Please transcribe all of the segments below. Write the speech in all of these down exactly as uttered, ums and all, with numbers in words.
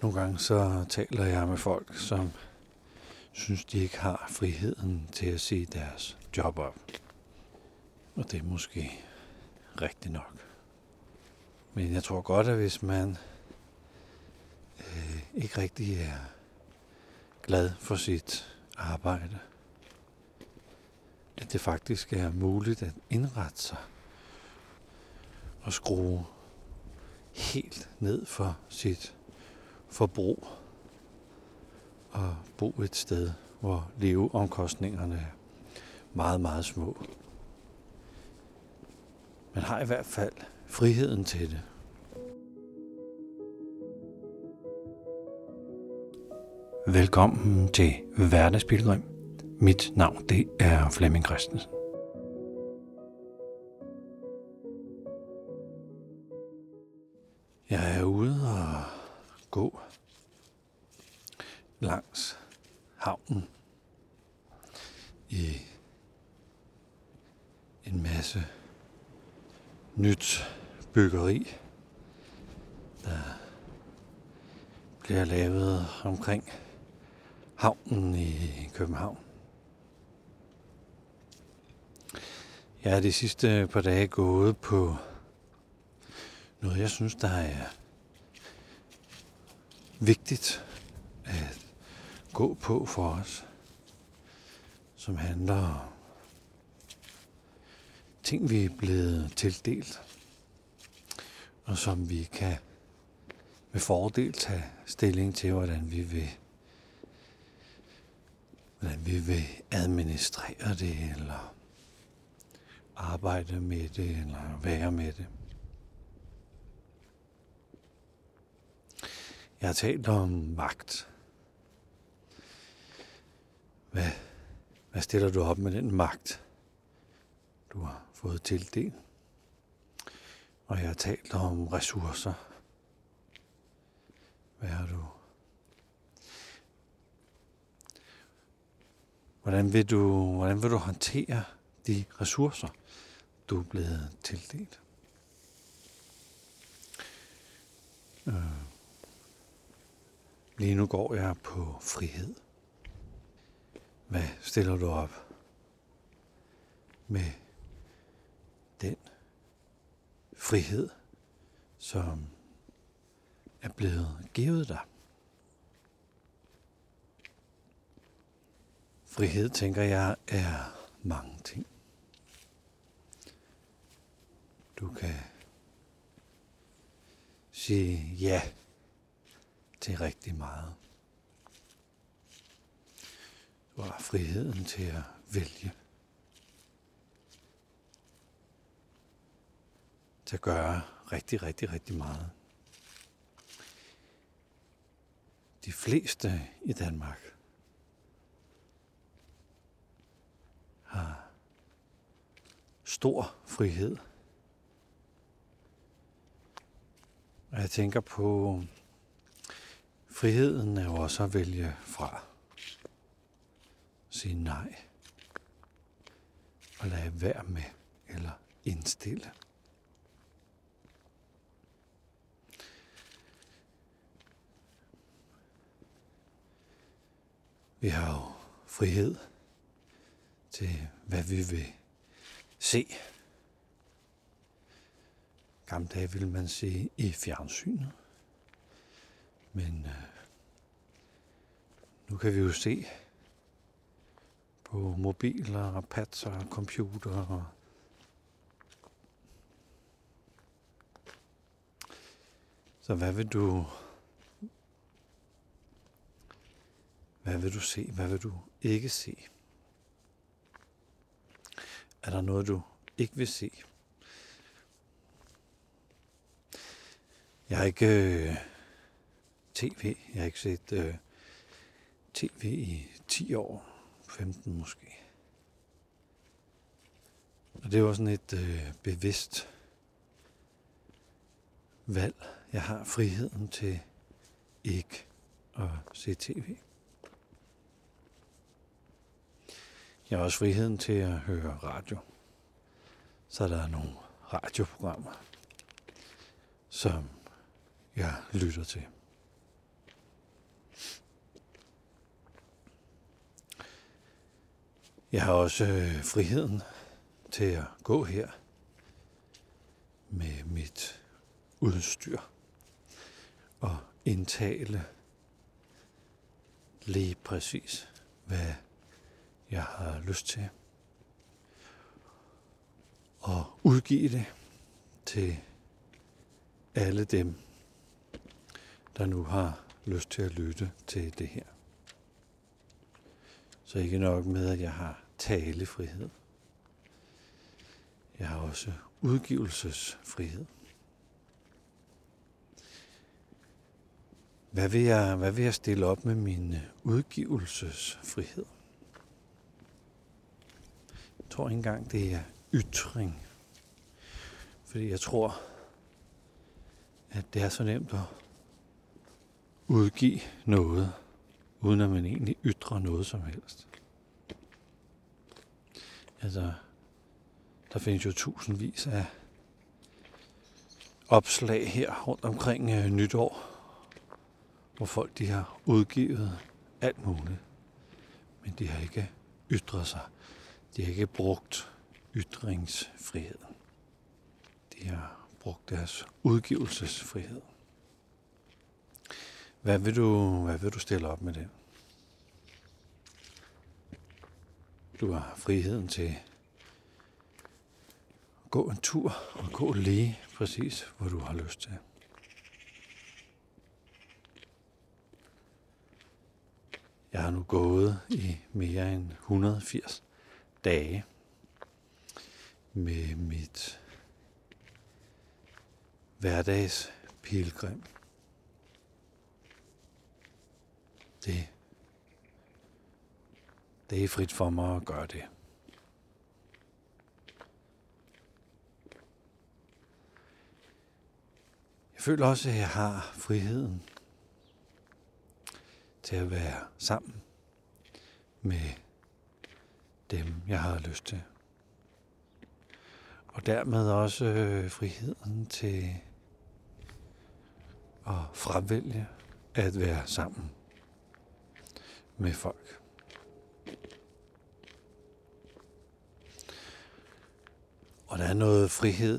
Nogle gange så taler jeg med folk, som synes, de ikke har friheden til at sige deres job op. Og det er måske rigtigt nok. Men jeg tror godt, at hvis man øh, ikke rigtig er glad for sit arbejde, at det faktisk er muligt at indrette sig og skrue helt ned for sit forbrug og bo et sted, hvor leveomkostningerne er meget, meget små. Man har i hvert fald friheden til det. Velkommen til Hverdagspilgrim. Mit navn det er Flemming Christensen. Jeg er ude og gå langs havnen i en masse nyt byggeri, der bliver lavet omkring havnen i København. Jeg er de sidste par dage gået på noget, jeg synes, der er vigtigt at gå på for os, som handler om ting, vi er blevet tildelt, og som vi kan med fordel tage stilling til, hvordan vi vil, hvordan vi vil administrere det, eller arbejde med det, eller være med det. Jeg har talt om magt. Hvad, hvad stiller du op med den magt, du har fået tildelt? Og jeg har talt om ressourcer. Hvad har du? Hvordan vil du, hvordan vil du håndtere de ressourcer, du er blevet tildelt? Øh. Lige nu går jeg på frihed. Hvad stiller du op med den frihed, som er blevet givet dig? Frihed, tænker jeg, er mange ting. Du kan sige ja til rigtig meget. Du har friheden til at vælge. Til at gøre rigtig, rigtig, rigtig meget. De fleste i Danmark har stor frihed. Og jeg tænker på, friheden er jo også at vælge fra. Sige nej. Og lade være med eller indstille. Vi har jo frihed til, hvad vi vil se. Gamle dage ville man se i fjernsynet. Men øh, nu kan vi jo se på mobiler, pads og computer. Så hvad vil du Hvad vil du se? Hvad vil du ikke se? Er der noget, du ikke vil se? Jeg har ikke øh, tv. Jeg har ikke set øh, tv i ti år. femten måske. Og det var sådan et øh, bevidst valg. Jeg har friheden til ikke at se tv. Jeg har også friheden til at høre radio. Så der er nogle radioprogrammer, som jeg lytter til. Jeg har også øh, friheden til at gå her med mit udstyr og indtale lige præcis, hvad jeg har lyst til. Og udgive det til alle dem, der nu har lyst til at lytte til det her. Så ikke nok med, at jeg har talefrihed. Jeg har også udgivelsesfrihed. Hvad vil jeg, hvad vil jeg stille op med min udgivelsesfrihed? Jeg tror ikke engang, det er ytring. Fordi jeg tror, at det er så nemt at udgive noget, uden at man egentlig ytrer noget som helst. Altså, der findes jo tusindvis af opslag her rundt omkring øh, nytår, hvor folk de har udgivet alt muligt, men de har ikke ytret sig. De har ikke brugt ytringsfriheden. De har brugt deres udgivelsesfrihed. Hvad vil du, hvad vil du stille op med det? Du har friheden til at gå en tur og gå lige præcis, hvor du har lyst til. Jeg har nu gået i mere end et hundrede og firs dage med mit hverdags pilgrim. Det, det er frit for mig at gøre det. Jeg føler også, at jeg har friheden til at være sammen med dem, jeg har lyst til. Og dermed også øh, friheden til at fravælge at være sammen med folk. Og der er noget frihed,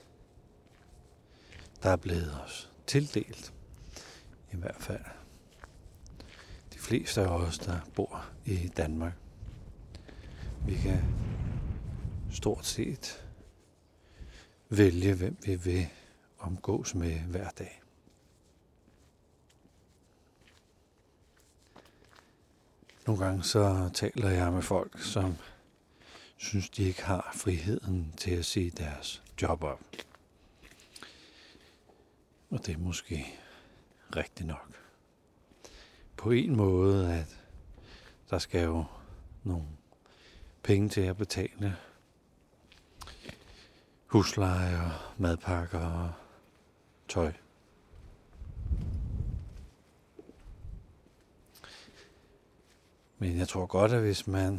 der er blevet os tildelt, i hvert fald de fleste af os, der bor i Danmark. Vi kan stort set vælge, hvem vi vil omgås med hver dag. Nogle gange så taler jeg med folk, som synes, de ikke har friheden til at sige deres job op. Og det er måske rigtigt nok. På en måde, at der skal jo nogle penge til at betale husleje og madpakker og tøj. Men jeg tror godt, at hvis man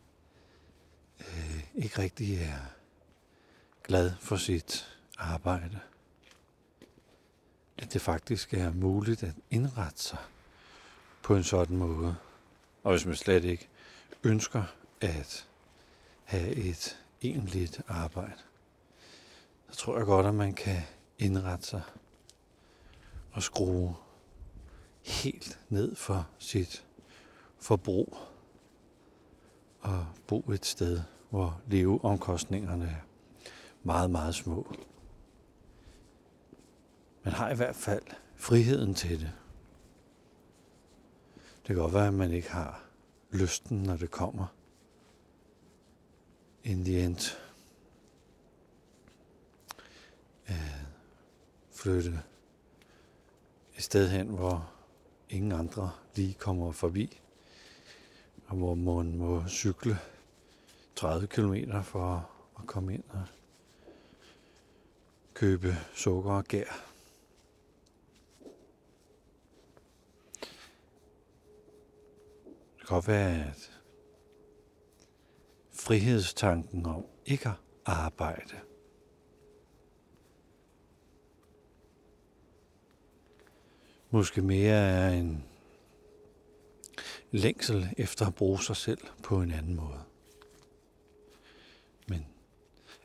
øh, ikke rigtig er glad for sit arbejde, at det faktisk er muligt at indrette sig på en sådan måde. Og hvis man slet ikke ønsker at have et egentligt arbejde, så tror jeg godt, at man kan indrette sig og skrue helt ned for sit forbrug og bo et sted, hvor leveomkostningerne er meget, meget små. Man har i hvert fald friheden til det. Det kan godt være, at man ikke har lysten, når det kommer. In the end. At flytte et sted hen, hvor ingen andre lige kommer forbi. Og hvor man må cykle tredive kilometer for at komme ind og købe sukker og gær. Det kan godt være, at frihedstanken om ikke at arbejde måske mere er en længsel efter at bruge sig selv på en anden måde.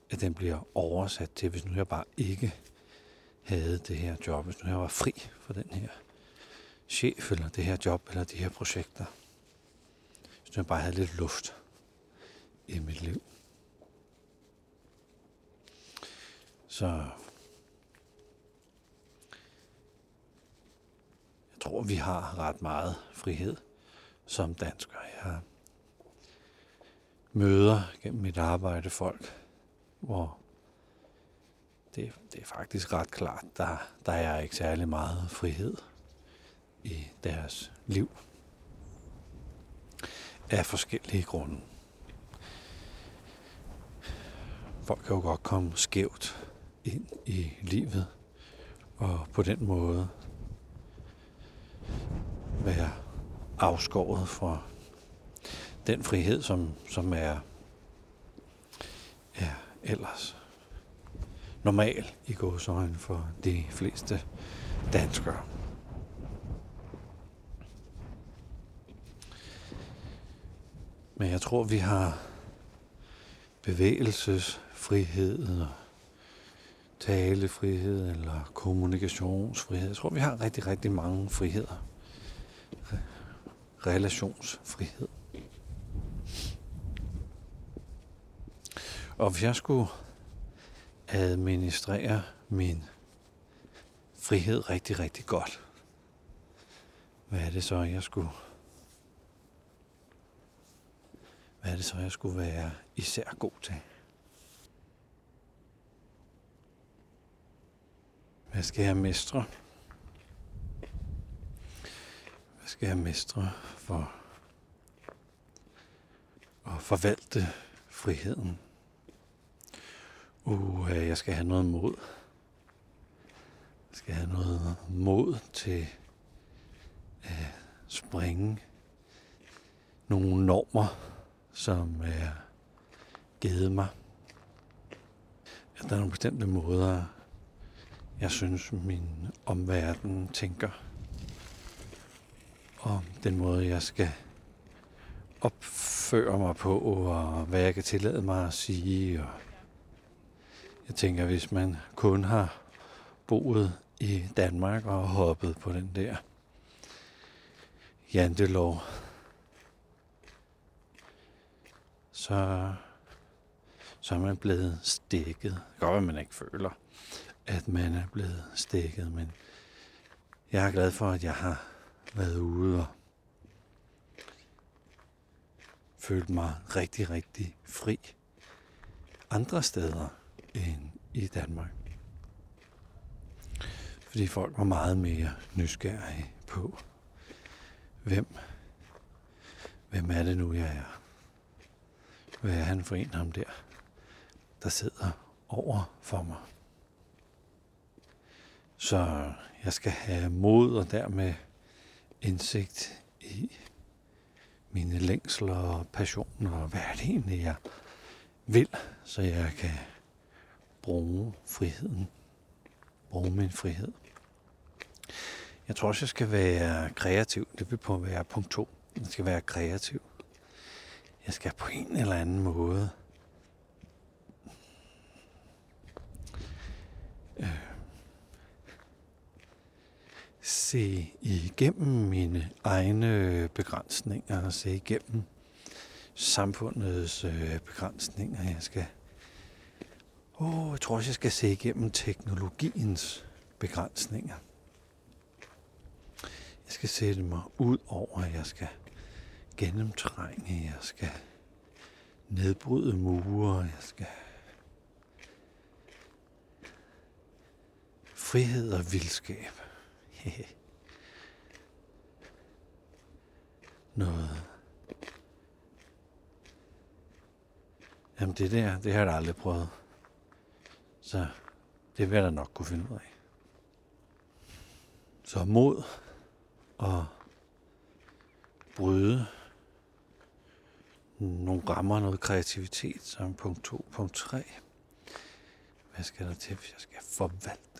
at den bliver oversat til, hvis nu jeg bare ikke havde det her job, hvis nu jeg var fri for den her chef, eller det her job, eller de her projekter. Hvis nu jeg bare havde lidt luft i mit liv. Så jeg tror, vi har ret meget frihed som danskere. Jeg møder gennem mit arbejde folk, hvor det, det er faktisk ret klart, der, der er ikke særlig meget frihed i deres liv. Af forskellige grunde. Folk kan jo godt komme skævt ind i livet, og på den måde være afskåret fra den frihed, som, som er, er ellers normal i gåseøjne for de fleste danskere. Men jeg tror, vi har bevægelsesfrihed og talefrihed eller kommunikationsfrihed. Jeg tror, vi har rigtig, rigtig mange friheder. Relationsfrihed. Og hvis jeg skulle administrere min frihed rigtig, rigtig godt, hvad er det så, jeg skulle Hvad er det så, jeg skulle være især god til? Hvad skal jeg mestre? Hvad skal jeg mestre for at forvalte friheden? Uh, jeg skal have noget mod. Jeg skal have noget mod til at springe nogle normer, som er givet mig. At der er nogle bestemte måder, jeg synes, min omverden tænker. Og den måde, jeg skal opføre mig på, og hvad jeg kan tillade mig at sige. Og jeg tænker, hvis man kun har boet i Danmark og hoppet på den der jantelov, så, så er man blevet stikket. Det kan godt være, at man ikke føler, at man er blevet stikket, men jeg er glad for, at jeg har været ude og følt mig rigtig, rigtig fri andre steder end i Danmark. Fordi folk var meget mere nysgerrige på, hvem, hvem er det nu, jeg er? Hvad er han for en, ham der, der sidder over for mig? Så jeg skal have mod og dermed indsigt i mine længsler og passioner, og hvad er det egentlig, jeg vil, så jeg kan bruge friheden, bruge min frihed. Jeg tror også, jeg skal være kreativ. Det vil på være punkt to. Jeg skal være kreativ. Jeg skal på en eller anden måde øh, se igennem mine egne begrænsninger og se igennem samfundets øh, begrænsninger. Jeg skal, åh, jeg tror også, jeg skal se igennem teknologiens begrænsninger. Jeg skal sætte mig ud over, jeg skal gennemtrænge, jeg skal nedbryde mure, jeg skal frihed og vildskab. Noget. Jamen det der, det har jeg aldrig prøvet. Så det vil jeg da nok kunne finde ud af. Så mod og bryde nogle rammer, noget kreativitet, som punkt to, punkt tre. Hvad skal der til, hvis jeg skal forvalte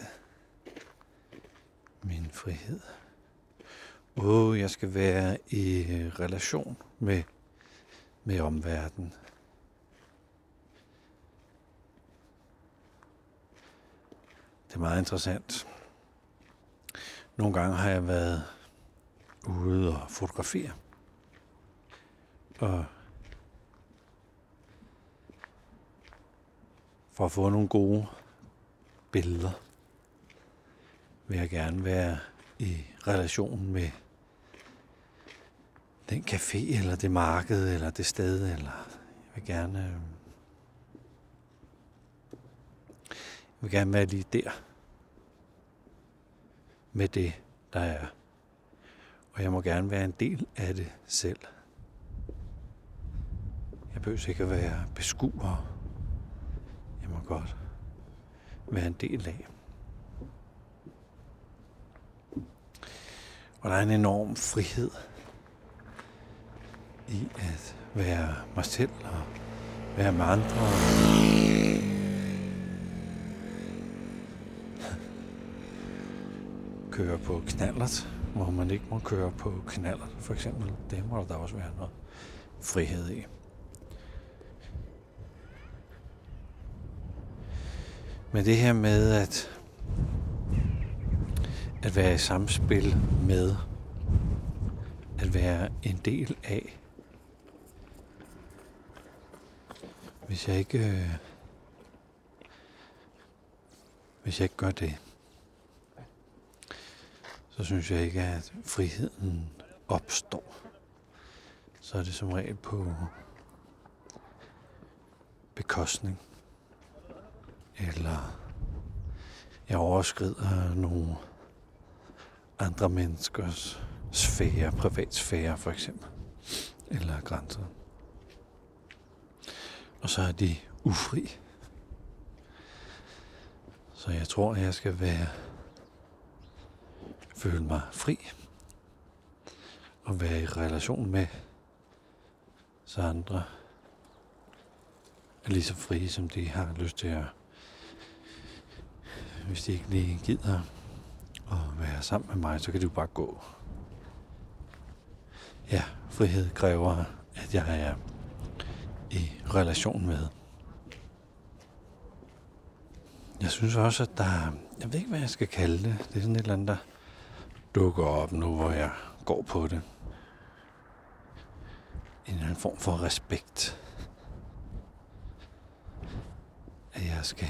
min frihed? Åh, oh, jeg skal være i relation med, med omverdenen. er meget interessant. Nogle gange har jeg været ude og fotografere. Og for at få nogle gode billeder, vil jeg gerne være i relation med den café, eller det marked, eller det sted, eller jeg vil gerne, jeg vil gerne være lige der, med det, der er. Og jeg må gerne være en del af det selv. Jeg behøver ikke at være beskuer. Jeg må godt være en del af. Og der er en enorm frihed i at være mig selv og være med andre. Køre på knallert, hvor man ikke må køre på knallert, for eksempel. Det må der også være noget frihed i. Men det her med at, at være i samspil med, at være en del af, hvis jeg ikke, øh, hvis jeg ikke gør det, så synes jeg ikke, at friheden opstår. Så er det som regel på bekostning. Eller jeg overskrider nogle andre menneskers sfære, privatsfære for eksempel. Eller grænser. Og så er de ufri. Så jeg tror, at jeg skal være føle mig fri og være i relation med, så andre er lige så frie, som de har lyst til at. Hvis de ikke lige gider at være sammen med mig, så kan de jo bare gå. Ja, frihed kræver, at jeg er i relation med. Jeg synes også, at der, jeg ved ikke, hvad jeg skal kalde det. Det er sådan et eller andet, der dukker op nu, hvor jeg går på det. En eller anden form for respekt. At jeg skal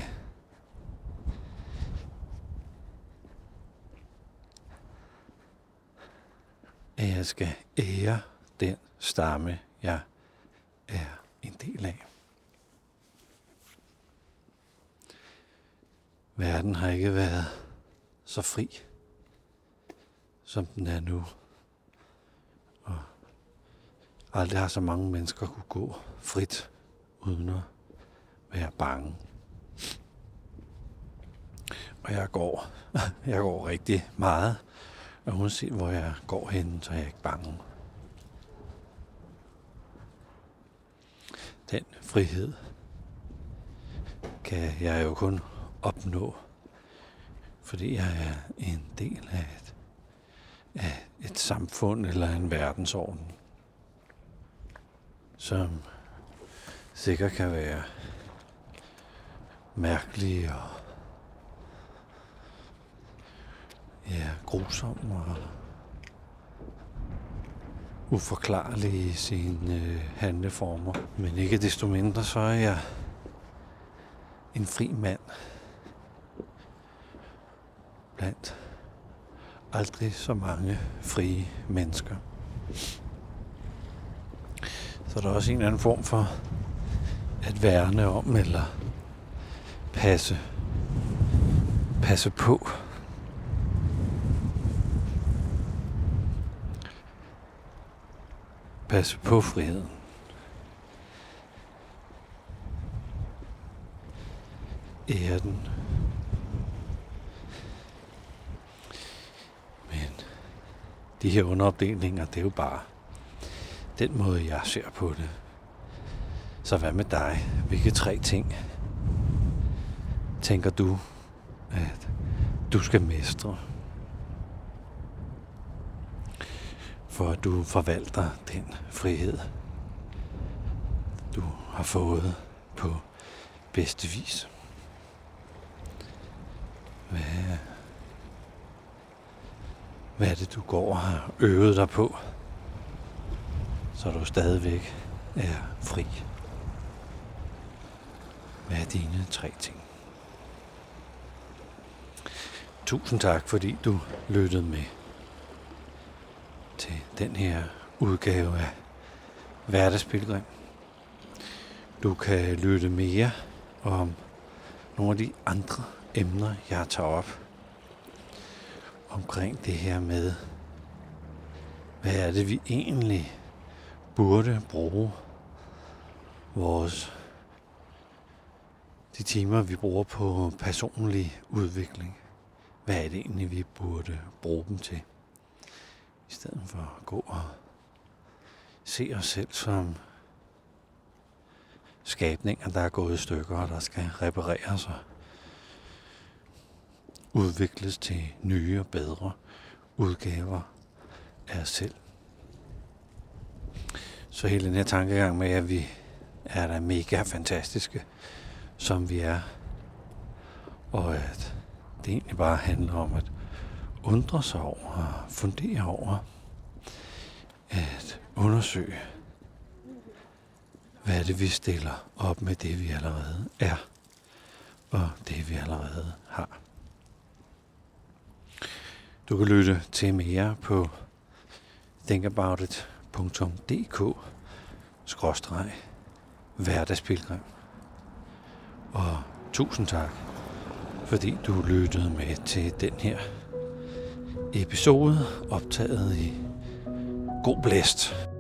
at jeg skal ære den stamme, jeg er en del af. Verden har ikke været så fri, som den er nu. Og aldrig har så mange mennesker kunne gå frit, uden at være bange. Og jeg går, jeg går rigtig meget. Og uanset hvor jeg går hen, så er jeg ikke bange. Den frihed kan jeg jo kun opnå, fordi jeg er en del af et, af et samfund eller en verdensorden, som sikkert kan være mærkelig og ja, grusom og uforklarlig i sine øh, handleformer. Men ikke desto mindre, så er jeg en fri mand blandt aldrig så mange frie mennesker. Så der er også en eller anden form for at værne om eller passe, passe på. Passe på friheden. Ære den. Men de her underopdelinger, det er jo bare den måde, jeg ser på det. Så hvad med dig? Hvilke tre ting tænker du, at du skal mestre, for at du forvalter den frihed, du har fået på bedste vis? Hvad, hvad er det, du går og har øvet dig på, så du stadigvæk er fri? Hvad er dine tre ting? Tusind tak, fordi du lyttede med til den her udgave af Hverdagspilgrim. Du kan lytte mere om nogle af de andre emner, jeg tager op omkring det her med, hvad er det, vi egentlig burde bruge vores de timer, vi bruger på personlig udvikling. Hvad er det egentlig, vi burde bruge dem til? I stedet for at gå og se os selv som skabninger, der er gået i stykker, og der skal repareres og udvikles til nye og bedre udgaver af os selv. Så hele den her tankegang med, at vi er da mega fantastiske, som vi er, og at det egentlig bare handler om at undre sig over og fundere over, at undersøge, hvad er det, vi stiller op med det, vi allerede er, og det, vi allerede har. Du kan lytte til mere på thinkaboutit punktum d k skråstreg hverdagspilgrim. Og tusind tak, fordi du lyttede med til den her episode, optaget i god blæst.